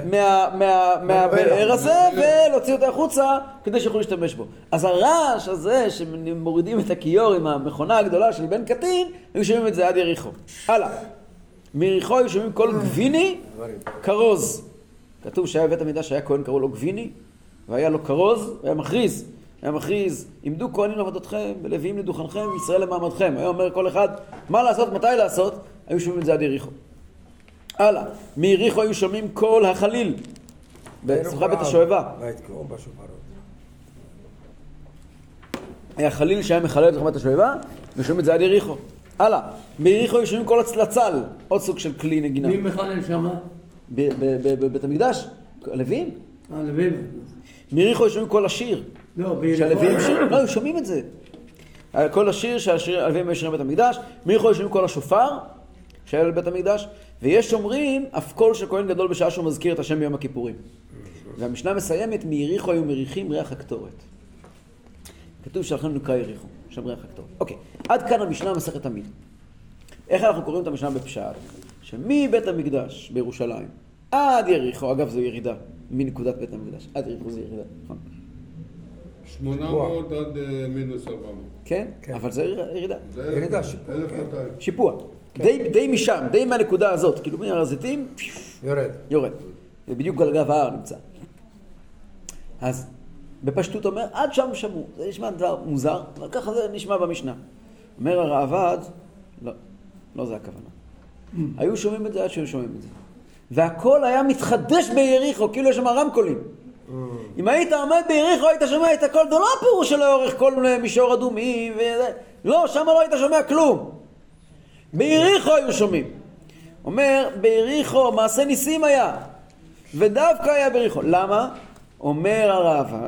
מהבאר הזה ולהוציא אותו החוצה כדי שיוכלו להשתמש בו. אז הרעש הזה שמורידים את הכיור עם המכונה הגדולה של בן קטין, היו שומעים את זה עד יריחו. הלאה. מיריחו היו שומעים כל גביני, כרוז. כתוב שהיה בבית המקדש שהיה כהן קראו לו גביני, והיה לו כרוז, והיה מכריז. היה מכריז, עמדו כהנים לעבודתכם, ולוויים לדוכנכם, ישראל למעמדכם. היה אומר כל אחד, מה לעשות, מתי לעשות? היו שומעים את זה עד יריחו. הלאה, מיריחו היו שומעים כל החליל. בשמחה בית השואבה. היה חליל שהיה מחלל בשמחה בית השואבה, ושומעים את זה עד יריחו. הלאה, מיריחו היו שומעים כל הצלצל, עוד סוג של כלי נגינה. מי מחלל שמה? בבית המקדש, הלווים. אה, הלווים. מיריחו היו שומעים כל השיר. לא, ביריחו. שהלווים שיר, לא, היו שומעים את זה. כל השיר שהלווים היו שרים בבית המקדש, מיריחו היו שומעים כל השופר שהיה בבית המקדש, ויש שומרים אף קול של כהן גדול בשעה שהוא מזכיר את השם ביום הכיפורים. והמשנה מסיימת, מיריחו היו מריחים ריח הקטורת. כתוב שלכם נקרא יריחו, שם ריח הקטורת. אוקיי, עד כאן המשנה מסכת תמיד. איך אנחנו קוראים את המשנה בפשט? שמבית המקדש בירושלים עד יריחו, אגב זו ירידה, מנקודת בית המקדש, עד יריחו זו ירידה, נכון? שמונה מאות עד מינוס ארבע מאות. כן, אבל זו ירידה. זה ירידה, שיפוע. אלף מאתיים. שיפוע. די משם, די מהנקודה הזאת, כאילו מהר הזיתים, יורד. יורד. ובדיוק על גב ההר נמצא. אז בפשטות אומר, עד שם שמעו. זה נשמע דבר מוזר, אבל ככה זה נשמע במשנה. אומר הרעב"ד, לא, לא זה הכוונה. היו שומעים את זה עד שהיו שומעים את זה. והכל היה מתחדש ביריחו, כאילו יש שם רמקולים. אם היית עומד ביריחו, היית שומע את הכל, זה לא הפירוש שלו אורך כל מישור אדומים וזה. לא, שם לא היית שומע כלום. ביריחו היו שומעים. אומר, ביריחו, מעשה ניסים היה. ודווקא היה ביריחו. למה? אומר הרעב"ד,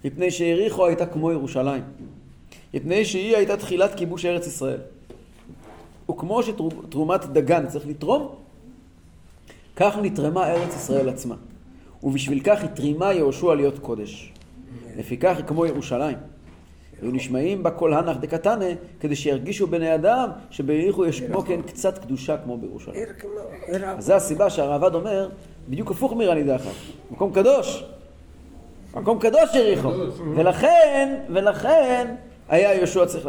מפני שיריחו הייתה כמו ירושלים. מפני שהיא הייתה תחילת כיבוש ארץ ישראל. וכמו שתרומת דגן צריך לתרום, כך נתרמה ארץ ישראל עצמה. ובשביל כך התרימה יהושע להיות קודש. לפיכך היא כמו ירושלים. היו נשמעים בה כל הנח דקתנה, כדי שירגישו בני אדם שביריחו יש כמו כן קצת קדושה כמו בירושלים. אז זו הסיבה שהרעב"ד אומר, בדיוק הפוך מרני דחף. מקום קדוש. מקום קדוש יריחו. ולכן, ולכן, היה יהושע צריך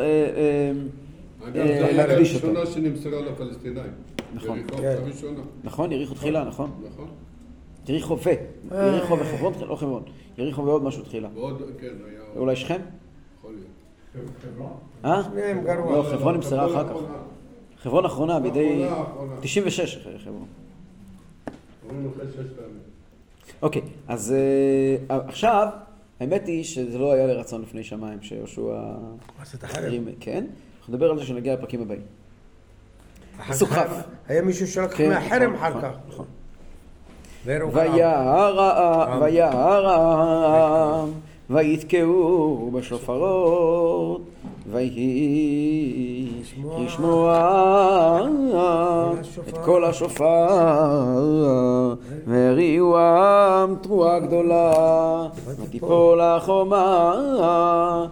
להקדיש אותו. אגב, זו הראשונה שנמסרה לפלסטינאים. נכון. יריחו הראשונה. נכון, יריחו תחילה, נכון. נכון. יריחו ו. יריחו וחברון, לא חברון. יריחו ועוד משהו תחילה. ועוד, כן, היה... אולי שכם? יכול להיות. חברון? אה? שניהם גרוע. לא, חברון נמסרה אחר כך. חברון האחרונה, בידי... תשעים ושש חברון. אומרים אחרי שש פעמים. אוקיי, אז עכשיו, האמת היא שזה לא היה לרצון לפני שמיים, שיהושע... עשית החרם. כן, אנחנו נדבר על זה שנגיע לפרקים הבאים. פסוק כ'. היה מישהו שלקח מהחרם אחר כך. נכון. וירא העם, וירא העם, ויתקעו בשופרות, ויהי לשמוע את קול השופר, והריעו העם תרועה גדולה, ותיפול החומה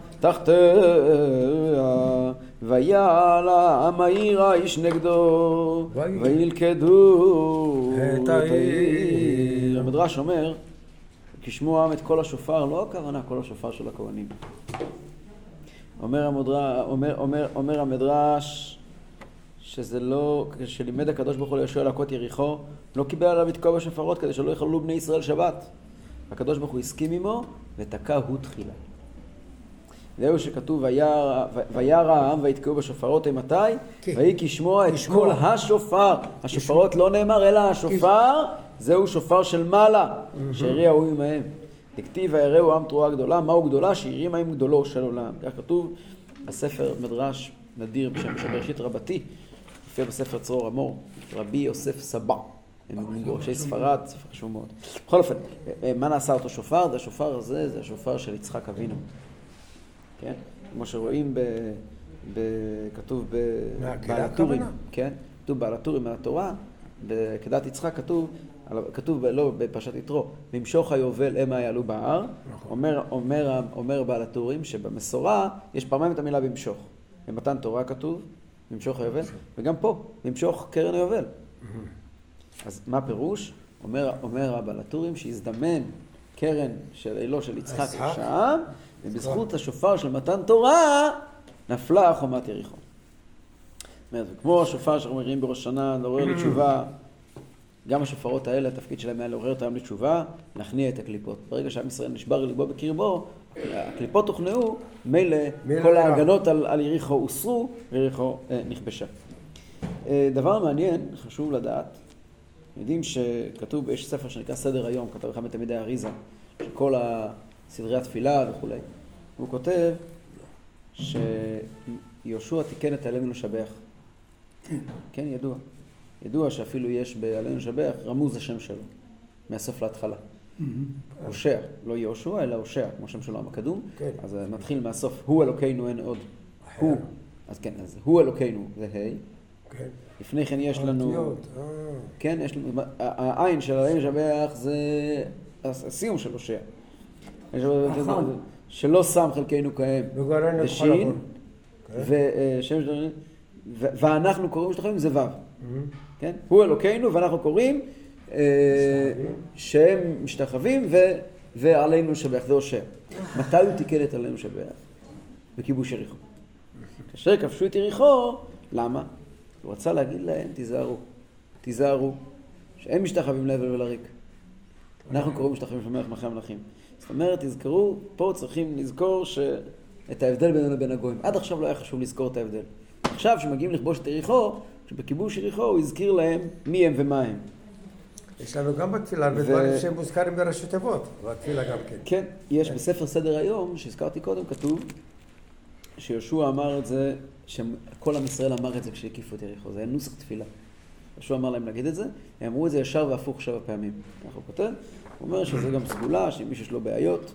תחתיה, ויעל העם העיר האיש נגדו, וילכדו את העיר. המדרש אומר, כשמעו העם את קול השופר, לא הכוונה קול השופר של הכהנים. אומר המדרש, אומר, אומר, אומר המדרש שזה לא, כשלימד הקדוש ברוך הוא ליהושע להכות יריחו, לא קיבל עליו לתקוע בשופרות כדי שלא יחללו בני ישראל שבת. הקדוש ברוך הוא הסכים עמו ותקע הוא תחילה. זהו שכתוב וירא העם ויתקעו בשופרות, מתי? ויהי כשמוע את קול השופר. השופרות לא נאמר אלא השופר, זהו שופר של מעלה, שהריע הוא עמהם. דכתיב ויראו העם תרועה גדולה, מהו גדולה? שהרימה עם גדולו של עולם. כך כתוב בספר מדרש נדיר בשם בראשית רבתי, מופיע בספר צרור המור, רבי יוסף סבא, הם מגורשי ספרד, ספר חשוב מאוד. בכל אופן, מה נעשה אותו שופר? זה השופר הזה, זה השופר של יצחק אבינו. כן? כמו שרואים, ב, ב, כתוב בבעל הטורים, כן? כתוב בעל הטורים מהתורה, בקדת יצחק כתוב, כתוב לא בפרשת יתרו, במשוך היובל המה יעלו בהר. אומר, אומר, אומר בעל הטורים שבמסורה יש פעמיים את המילה במשוך. במתן תורה כתוב, במשוך היובל, וגם פה, במשוך קרן היובל. אז מה פירוש? אומר, אומר בעל הטורים שהזדמן קרן של אלו של יצחק שם, ובזכות השופר של מתן תורה נפלה חומת יריחו. כמו השופר שאנחנו מריעים בראש שנה, לעורר לתשובה, גם השופרות האלה, התפקיד שלהם היה לעורר אותם לתשובה, להכניע את הקליפות. ברגע שעם ישראל נשבר ליבו בקרבו, הקליפות הוכנעו, מילא כל ההגנות על, על יריחו הוסרו, ויריחו אה, נכבשה. אה, דבר מעניין, חשוב לדעת, יודעים שכתוב, יש ספר שנקרא סדר היום, כתב אחד מתלמידי האריזה, שכל הסדרי התפילה וכו'. הוא כותב שיהושע תיקן את עלינו לשבח. כן, ידוע. ידוע שאפילו יש בעלינו לשבח רמוז השם שלו, מהסוף להתחלה. הושע, לא יהושע, אלא הושע, כמו שם שלו הקדום. אז נתחיל מהסוף, הוא אלוקינו אין עוד. הוא, אז כן, אז הוא אלוקינו זה ה'. לפני כן יש לנו, כן, יש לנו, העין של עלינו לשבח זה הסיום של הושע. שלא שם חלקנו כהם. ושין, ואנחנו קוראים משתחווים זה ו'. כן? הוא אלוקינו ואנחנו קוראים שהם משתחווים ועלינו לשבח, זה הושע. מתי הוא תיקן את עלינו לשבח? בכיבוש יריחו. כאשר כבשו את יריחו, למה? הוא רצה להגיד להם, תיזהרו, תיזהרו, שהם משתחווים להבל ולריק. אנחנו קוראים משתחווים למלך מלכי המלכים. זאת אומרת, תזכרו, פה צריכים לזכור את ההבדל בינינו לבין הגויים. עד עכשיו לא היה חשוב לזכור את ההבדל. עכשיו, שמגיעים לכבוש את יריחו, שבכיבוש יריחו הוא הזכיר להם מי הם ומה הם. יש לנו גם בתפילה, הרבה דברים שהם מוזכרים בראשי תיבות, בתפילה גם כן. כן, יש בספר סדר היום, שהזכרתי קודם, כתוב שיהושע אמר את זה, שכל עם ישראל אמר את זה כשהקיפו את יריחו, זה היה נוסח תפילה. יהושע אמר להם להגיד את זה, הם אמרו את זה ישר והפוך שבע פעמים. ככה הוא כותב, הוא אומר שזה גם סגולה, שמי שיש לו בעיות,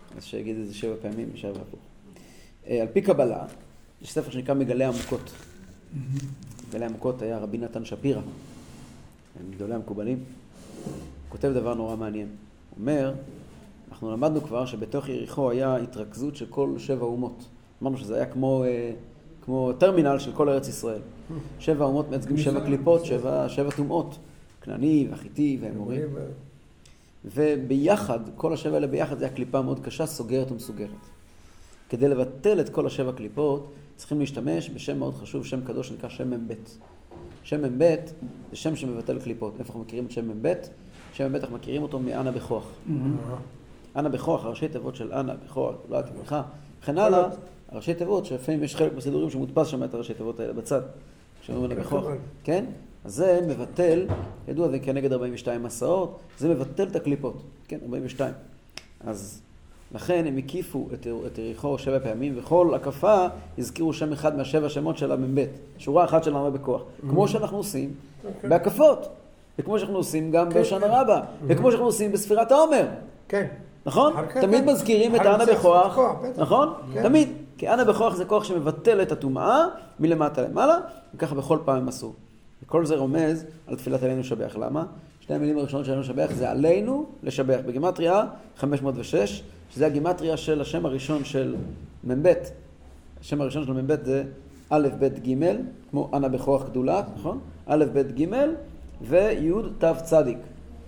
אז שיגיד את זה שבע פעמים, ישר והפוך. על פי קבלה, יש ספר שנקרא מגלי עמוקות. מגלי עמוקות היה רבי נתן שפירא, מגדולי המקובלים. הוא כותב דבר נורא מעניין. הוא אומר, אנחנו למדנו כבר שבתוך יריחו היה התרכזות של כל שבע אומות. אמרנו שזה היה כמו, כמו טרמינל של כל ארץ ישראל. שבע אומות מייצגים שבע קליפות, שבע, שבע טומאות. כנעני והחיטי והאמורי. וביחד, כל השבע האלה ביחד, זה היה קליפה מאוד קשה, סוגרת ומסוגרת. כדי לבטל את כל השבע קליפות, צריכים להשתמש בשם מאוד חשוב, שם קדוש שנקרא שם מבית. שם מבית זה שם שמבטל קליפות. איפה אנחנו מכירים את שם מבית? שם מבית אנחנו מכירים אותו מאנה בכוח. אנה בכוח, הראשי תיבות של אנה בכוח, לא התמלכה, וכן הלאה, הראשי תיבות, שלפעמים יש חלק בסידורים שמודפס שם את הראשי תיבות האלה בצד. שאומרים אנה בכוח, כן? אז זה מבטל, ידוע זה כנגד ארבעים ושתיים מסעות, זה מבטל את הקליפות, כן, ארבעים ושתיים. אז לכן הם הקיפו את, את יריחו שבע פעמים, וכל הקפה הזכירו שם אחד מהשבע שמות של המבית, שורה אחת של אנה בכוח, כמו שאנחנו עושים בהקפות, וכמו שאנחנו עושים גם בשנה רבה, וכמו שאנחנו עושים בספירת העומר. כן. נכון? תמיד מזכירים את האנה בכוח, נכון? תמיד. כי אנה בכוח זה כוח שמבטל את הטומאה מלמטה למעלה, וככה בכל פעם הם עשו. וכל זה רומז על תפילת עלינו לשבח. למה? שתי המילים הראשונות שלנו לשבח זה עלינו לשבח. בגימטריה חמש מאות ושש, שזה הגימטריה של השם הראשון של מבית. השם הראשון של מבית זה א' ב' ג', כמו אנה בכוח גדולה, נכון? א' ב' ג' וי' ת' צדיק.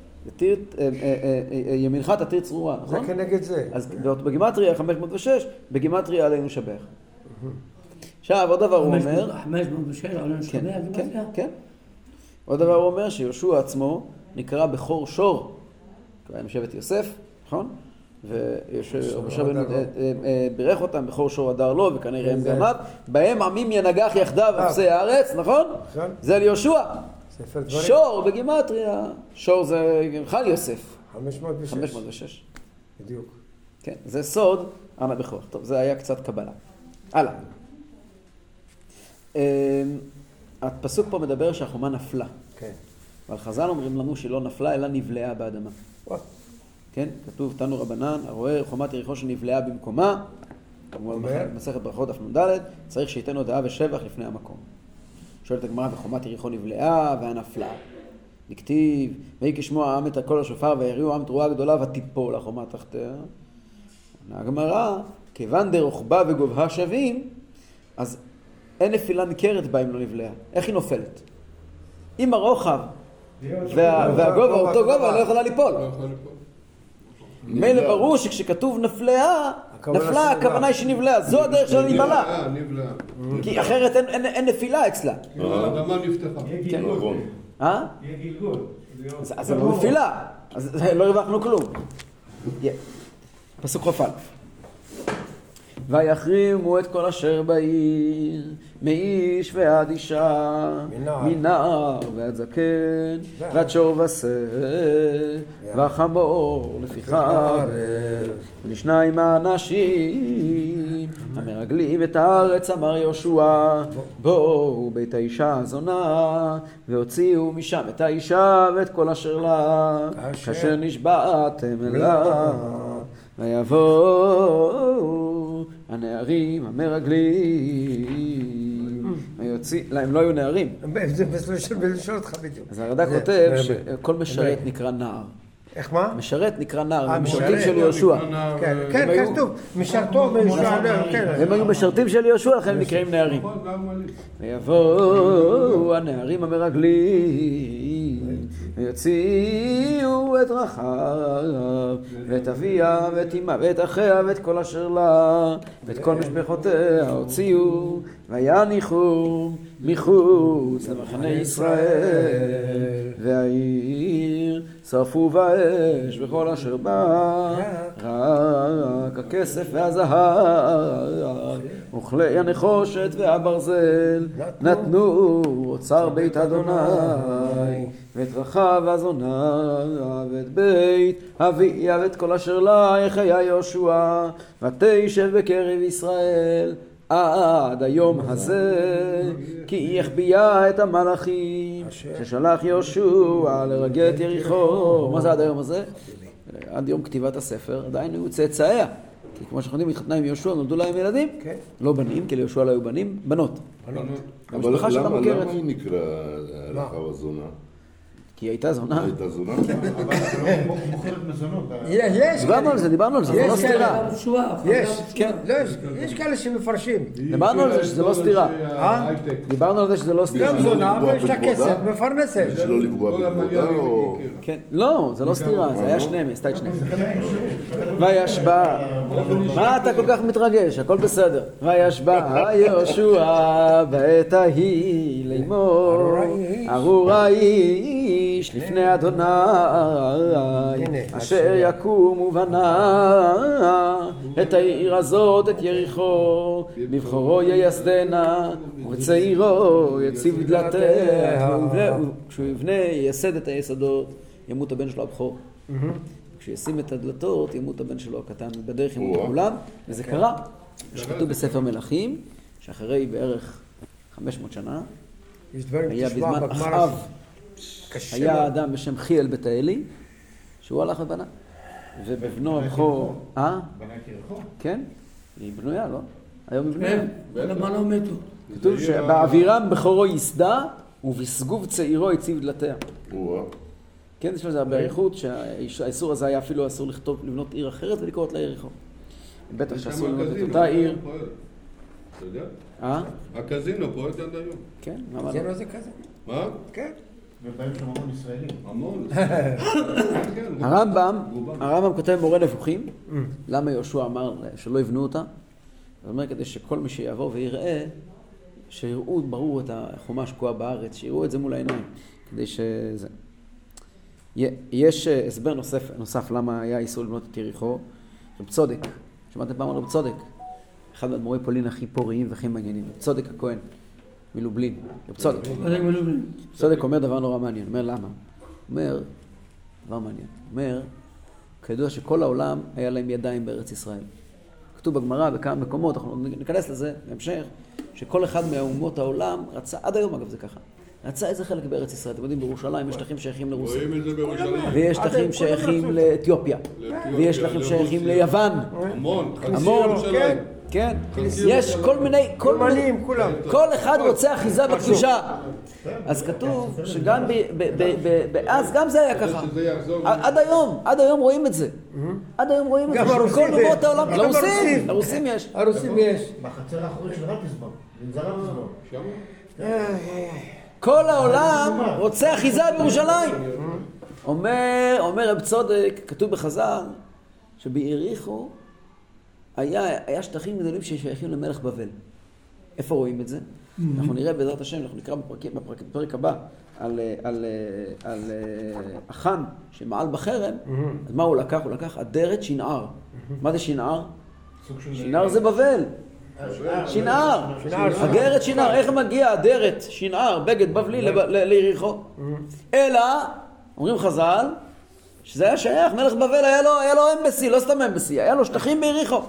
ימינך תתיר צרורה, נכון? זה כנגד זה. אז בגימטריה חמש מאות ושש, בגימטריה עלינו לשבח. עכשיו, עוד דבר הוא אומר... חמש מאות ושש, עלינו לשבח, גימטריה? כן. עוד דבר הוא אומר שיהושע עצמו נקרא בכור שור, כבר עם שבט יוסף, נכון? ויהושע בירך אותם בכור שור הדר לו, וכנראה הם גם את, בהם עמים ינגח יחדיו אפסי הארץ, נכון? זה על יהושע. שור בגימטריה, שור זה חל יוסף. חמש מאות ושש. חמש מאות ושש. בדיוק. כן, זה סוד אנה בכוח. טוב, זה היה קצת קבלה. הלאה. הפסוק פה מדבר שהחומה נפלה. כן. אבל חז"ל אומרים לנו שהיא לא נפלה, אלא נבלעה באדמה. כן, כתוב תנו רבנן, הרואה חומת יריחו שנבלעה במקומה, כמובן במסכת ברכות דף נ"ד, צריך שייתן הודעה ושבח לפני המקום. שואלת הגמרא, וחומת יריחו נבלעה והנפלה. נכתיב, ויהי כשמוע העם את הקול השופר ויריעו העם תרועה גדולה ותיפול החומה תחתיה. הגמרא, כיוון דרוחבה וגובהה שווים, אז אין נפילה ניכרת בה אם לא נבלעה. איך היא נופלת? אם הרוחב והגובה, אותו גובה, לא יכולה ליפול. מילא ברור שכשכתוב נפלאה, נפלה, הכוונה היא שנבלעה. זו הדרך של נבלעה. כי אחרת אין נפילה אצלה. האדמה נפתחה. יהיה גלגול. אה? יהיה גלגול. אז זה לא נפילה. אז לא הרווחנו כלום. פסוק ח' ויחרימו את כל אשר בעיר, מאיש ועד אישה, מנער ועד זקן, ועד שור ושה, וחמור לפי חרב, ולשניים האנשים המרגלים את הארץ, אמר יהושע, בואו בית האישה הזונה, והוציאו משם את האישה ואת כל אשר לה, כאשר נשבעתם לה. ויבואו הנערים המרגלים, לא, הם לא היו נערים. זה בלשון אותך בדיוק. אז הרד"ק כותב שכל משרת נקרא נער. איך מה? משרת נקרא נער, הם משרתים של יהושע. כן, כן, כתוב, משרתו ויהושע. הם היו משרתים של יהושע, לכן הם נקראים נערים. ויבואו הנערים המרגלים, ויוציאו את רחב, ואת אביה, ואת אמה, ואת אחיה, ואת כל אשר לה, ואת כל משפחותיה, הוציאו, ויניחו מחוץ למחנה ישראל, והעיר שרפו באש בכל אשר בא, רק הכסף והזהב, וכלי הנחושת והברזל, נתנו אוצר בית אדוני, ואת רחב הזונה, ואת בית אביה, ואת כל אשר לה, יחיה יהושע, ותשב בקרב ישראל, עד היום הזה, כי יחביה את המלאכים ששלח יהושע לרגל את יריחו. מה זה עד היום הזה? עד יום כתיבת הספר עדיין היו צאצאיה, כי כמו שאנחנו יודעים, התחתנה עם יהושע, נולדו להם ילדים, כן. לא בנים, כי ליהושע לא היו בנים, בנות. בנות. אבל המשפחה שלה למה מוכרת. למה היא נקרא רחב הזונה? כי היא הייתה זונה. הייתה זונה? אבל אתה לא מוכרת מזונות. יש, יש. דיברנו על זה, דיברנו על זה, זה לא יש סתירה. יש, כן. לא, יש, יש כאלה שמפרשים. דיברנו על זה שזה לא סתירה. דיברנו על זה שזה לא סתירה. גם זונה, לפגוע ויש לה בכבודה? כסף, מפרנסת. יש לא לפגוע בכבודה או... כן, לא, זה לא סתירה, זה היה שניהם, היא עשתה את שניהם. וישבע, מה אתה כל כך מתרגש? הכל בסדר. וישבע יהושע בעת ההיא לאמור, ארור האיש לפני אדוני, אשר יקום ובנה את העיר הזאת, את יריחו, בבחורו ייסדנה, ובצעירו יציב דלתיה, וכשהוא יבנה, ייסד את היסודות, ימות הבן שלו הבכור. כשהוא ישים את הדלתות, ימות הבן שלו הקטן, בדרך ימות כולם, וזה קרה. שכתוב בספר מלכים, שאחרי בערך חמש מאות שנה, יש דברים היה תשמע בזמן בגמר אחאב, קשה היה מאוד. אדם בשם חיאל בית האלי, שהוא הלך ובנה. ובבנו הבכור, אה? בנה את יריחו? כן? היא בנויה, לא? היום היא בנויה. כן, למה לא מתו? כתוב שבאבירם בכורו ייסדה, ובסגוב צעירו הציב דלתיה. או-אה. כן, יש לזה הרבה אריכות, שהאיסור הזה היה אפילו אסור לכתוב, לבנות עיר אחרת ולקרוא את לה יריחו. בטח שאסור לבנות את אותה עיר. אתה יודע? אה? הקזינו פועל עד היום. כן, למה זה לא? לא זה כזה. מה? כן. ובאים שם המון ישראלים. המון. הרמב"ם, הרמב"ם כותב מורה נבוכים, למה יהושע אמר שלא יבנו אותה? זאת אומרת, כדי שכל מי שיבוא ויראה, שיראו ברור את החומה שקועה בארץ, שיראו את זה מול העיניים, כדי שזה... יש הסבר נוסף, נוסף למה היה איסור לבנות את יריחו, רב צודק, שמעתם פעם על רב צודק? אחד מהאדמו"רי פולין הכי פוריים והכי מעניינים, רב צודק הכהן, מלובלין, רב צודק. רב צודק אומר דבר נורא מעניין, אומר למה? אומר, דבר מעניין, אומר, כידוע שכל העולם היה להם ידיים בארץ ישראל. כתוב בגמרא בכמה מקומות, אנחנו ניכנס לזה בהמשך, שכל אחד מהאומות העולם רצה, עד היום אגב זה ככה, רצה איזה חלק בארץ ישראל. אתם יודעים, בירושלים יש שטחים שייכים לרוסיה. רואים את זה בירושלים. ויש שטחים שייכים לאתיופיה. ויש שטחים שייכים ליוון. המון. חצי המון. ירושלים. כן. יש כל מיני, כל מיני, ימנים, כולם. כל אחד רוצה אחיזה בקדושה. אז כתוב שגם אז גם זה היה ככה. שזה יחזור. עד היום, עד היום רואים את זה. עד היום רואים את זה. גם הרוסים. כל אומות העולם. גם לרוסים, הרוסים. לרוסים יש. הרוסים יש. בחצר האחורית של רטיסבורג. במנזר רטיסבורג. שם? כל העולם רוצה אחיזה בירושלים. אומר, אומר רב צודק, כתוב בחז"ל, שביריחו היה, היה שטחים גדולים ששייכים למלך בבל. איפה רואים את זה? אנחנו נראה בעזרת השם, אנחנו נקרא בפרק, בפרק, בפרק הבא על, על, על החאן שמעל בחרם. אז מה הוא לקח? הוא לקח אדרת שנער. מה זה שנער? שנער זה בבל. שנער, אגרת שנער, איך מגיע אדרת שנער, בגד בבלי ליריחו? אלא, אומרים חז"ל, שזה היה שייך, מלך בבל היה לו, היה לו אמבסי, לא סתם אמבסי, היה לו שטחים ביריחו.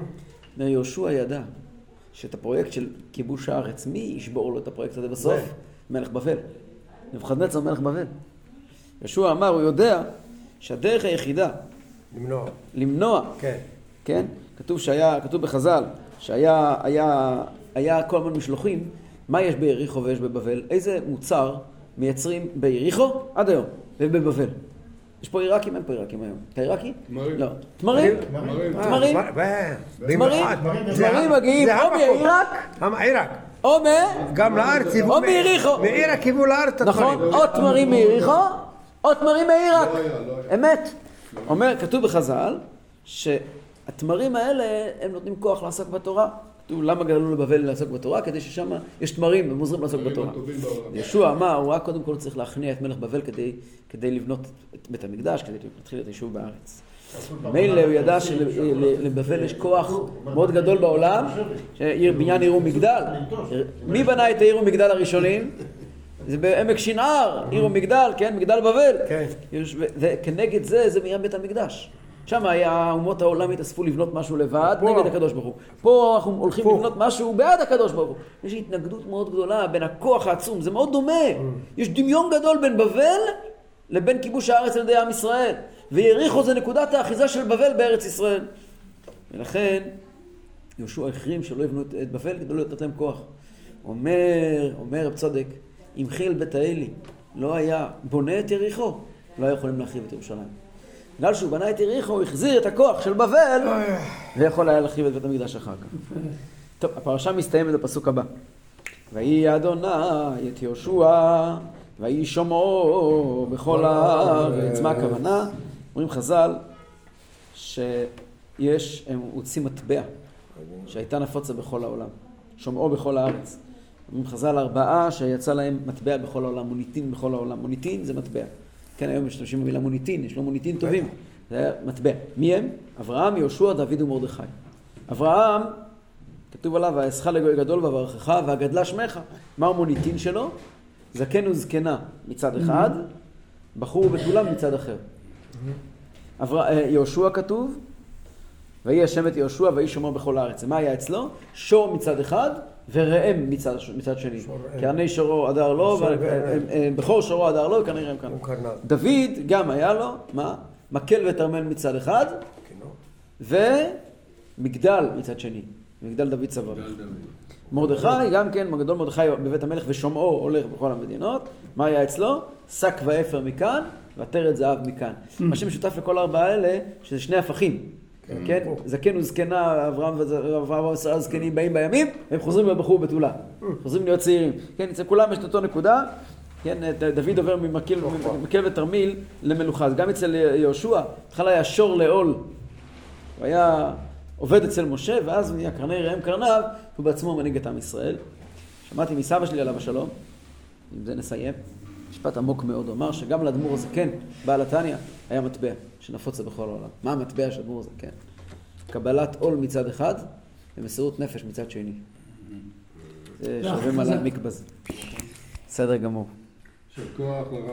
ויהושע ידע שאת הפרויקט של כיבוש הארץ, מי ישבור לו את הפרויקט הזה בסוף? מלך בבל. נבוכדנצר מלך בבל. יהושע אמר, הוא יודע שהדרך היחידה למנוע. למנוע, כן. כן? כתוב שהיה, כתוב בחז"ל, שהיה, היה, היה כל הזמן משלוחים, מה יש ביריחו ויש בבבל? איזה מוצר מייצרים ביריחו עד היום ובבבל? יש פה עיראקים, אין פה עיראקים היום. אתה עיראקי? תמרים. לא. תמרים? תמרים? תמרים? תמרים מגיעים או מעיראק, עיראק. או מ... גם לארץ. או מעיריחו. מעיראק יבואו לארץ. נכון, או תמרים מעיריחו, או תמרים מעיראק. לא היה, לא היה. אמת. אומר, כתוב בחז"ל, שהתמרים האלה הם נותנים כוח לעסוק בתורה. כתוב, למה גדלו לבבל לעסוק בתורה? כדי ששם יש תמרים, הם עוזרים לעסוק בתורה. ישוע אמר, הוא רק קודם כל צריך להכניע את מלך בבל כדי, כדי לבנות את בית המקדש, כדי להתחיל את היישוב בארץ. מילא הוא ידע שלבבל יש כוח מאוד גדול בעולם, שבניין עיר ומגדל. מי בנה את העיר ומגדל הראשונים? זה בעמק שנער, עיר ומגדל, כן? מגדל בבל. כן. וכנגד זה, זה מיד בית המקדש. שם היה אומות העולם התאספו לבנות משהו לבד נגד הקדוש ברוך הוא. פה אנחנו הולכים לבנות משהו בעד הקדוש ברוך הוא. יש התנגדות מאוד גדולה בין הכוח העצום, זה מאוד דומה. יש דמיון גדול בין בבל לבין כיבוש הארץ על ידי עם ישראל. ויריחו זה נקודת האחיזה של בבל בארץ ישראל. ולכן יהושע החרים שלא יבנו את בבל כדי לא לתת להם כוח. אומר, אומר רב צודק, אם חיל בית האלי לא היה בונה את יריחו, לא היה יכולים להחריב את ירושלים. בגלל שהוא בנה את יריחו, הוא החזיר את הכוח של בבל, ויכול היה להחריב את בית המקדש אחר כך. טוב, הפרשה מסתיימת בפסוק הבא. ויהי אדוני את יהושע, ויהי שומעו בכל הארץ. מה הכוונה? אומרים חז"ל שיש, הם הוצאים מטבע שהייתה נפוצה בכל העולם. שומעו בכל הארץ. אומרים חז"ל ארבעה שיצא להם מטבע בכל העולם, מוניטין בכל העולם. מוניטין זה מטבע. כן, היום משתמשים במילה מוניטין, יש לו מוניטין טובים. זה היה מטבע. מי הם? אברהם, יהושע, דוד ומרדכי. אברהם, כתוב עליו, ואעשך לגוי גדול ואברכך והגדלה שמך. מה המוניטין שלו? זקן וזקנה מצד אחד, בחור ובתולה מצד אחר. יהושע כתוב, ויהי השם את יהושע ויהי שומעו בכל הארץ. מה היה אצלו? שור מצד אחד וראם מצד, מצד שני. קרני שורו הדר לו, בכור שורו הדר לו וקרני ראם כאן. דוד גם היה לו, מה? מקל ותרמן מצד אחד, ומגדל מצד שני. מגדל דוד צבא. מרדכי, גם כן, גדול מרדכי בבית המלך ושומעו הולך בכל המדינות. מה היה אצלו? שק ואפר מכאן, ועטרת זהב מכאן. מה שמשותף לכל ארבעה האלה, שזה שני הפכים. כן? זקן וזקנה, אברהם ועשרה זקנים באים בימים, והם חוזרים לבחור בתולה. חוזרים להיות צעירים. כן, אצל כולם יש את אותו נקודה. כן, דוד עובר ממקל ותרמיל למלוכה. אז גם אצל יהושע, התחל היה שור לעול. הוא היה עובד אצל משה, ואז הוא נהיה קרני ראם קרניו, הוא בעצמו מנהיג את עם ישראל. שמעתי מסבא שלי עליו השלום, עם זה נסיים. משפט עמוק מאוד, הוא אמר שגם לאדמו"ר הזקן, בעל התניא, היה מטבע שנפוץ בכל העולם. מה המטבע של אדמו"ר הזקן? קבלת עול מצד אחד, ומסירות נפש מצד שני. זה שווה מה להעמיק בזה. בסדר גמור. של כוח לרב.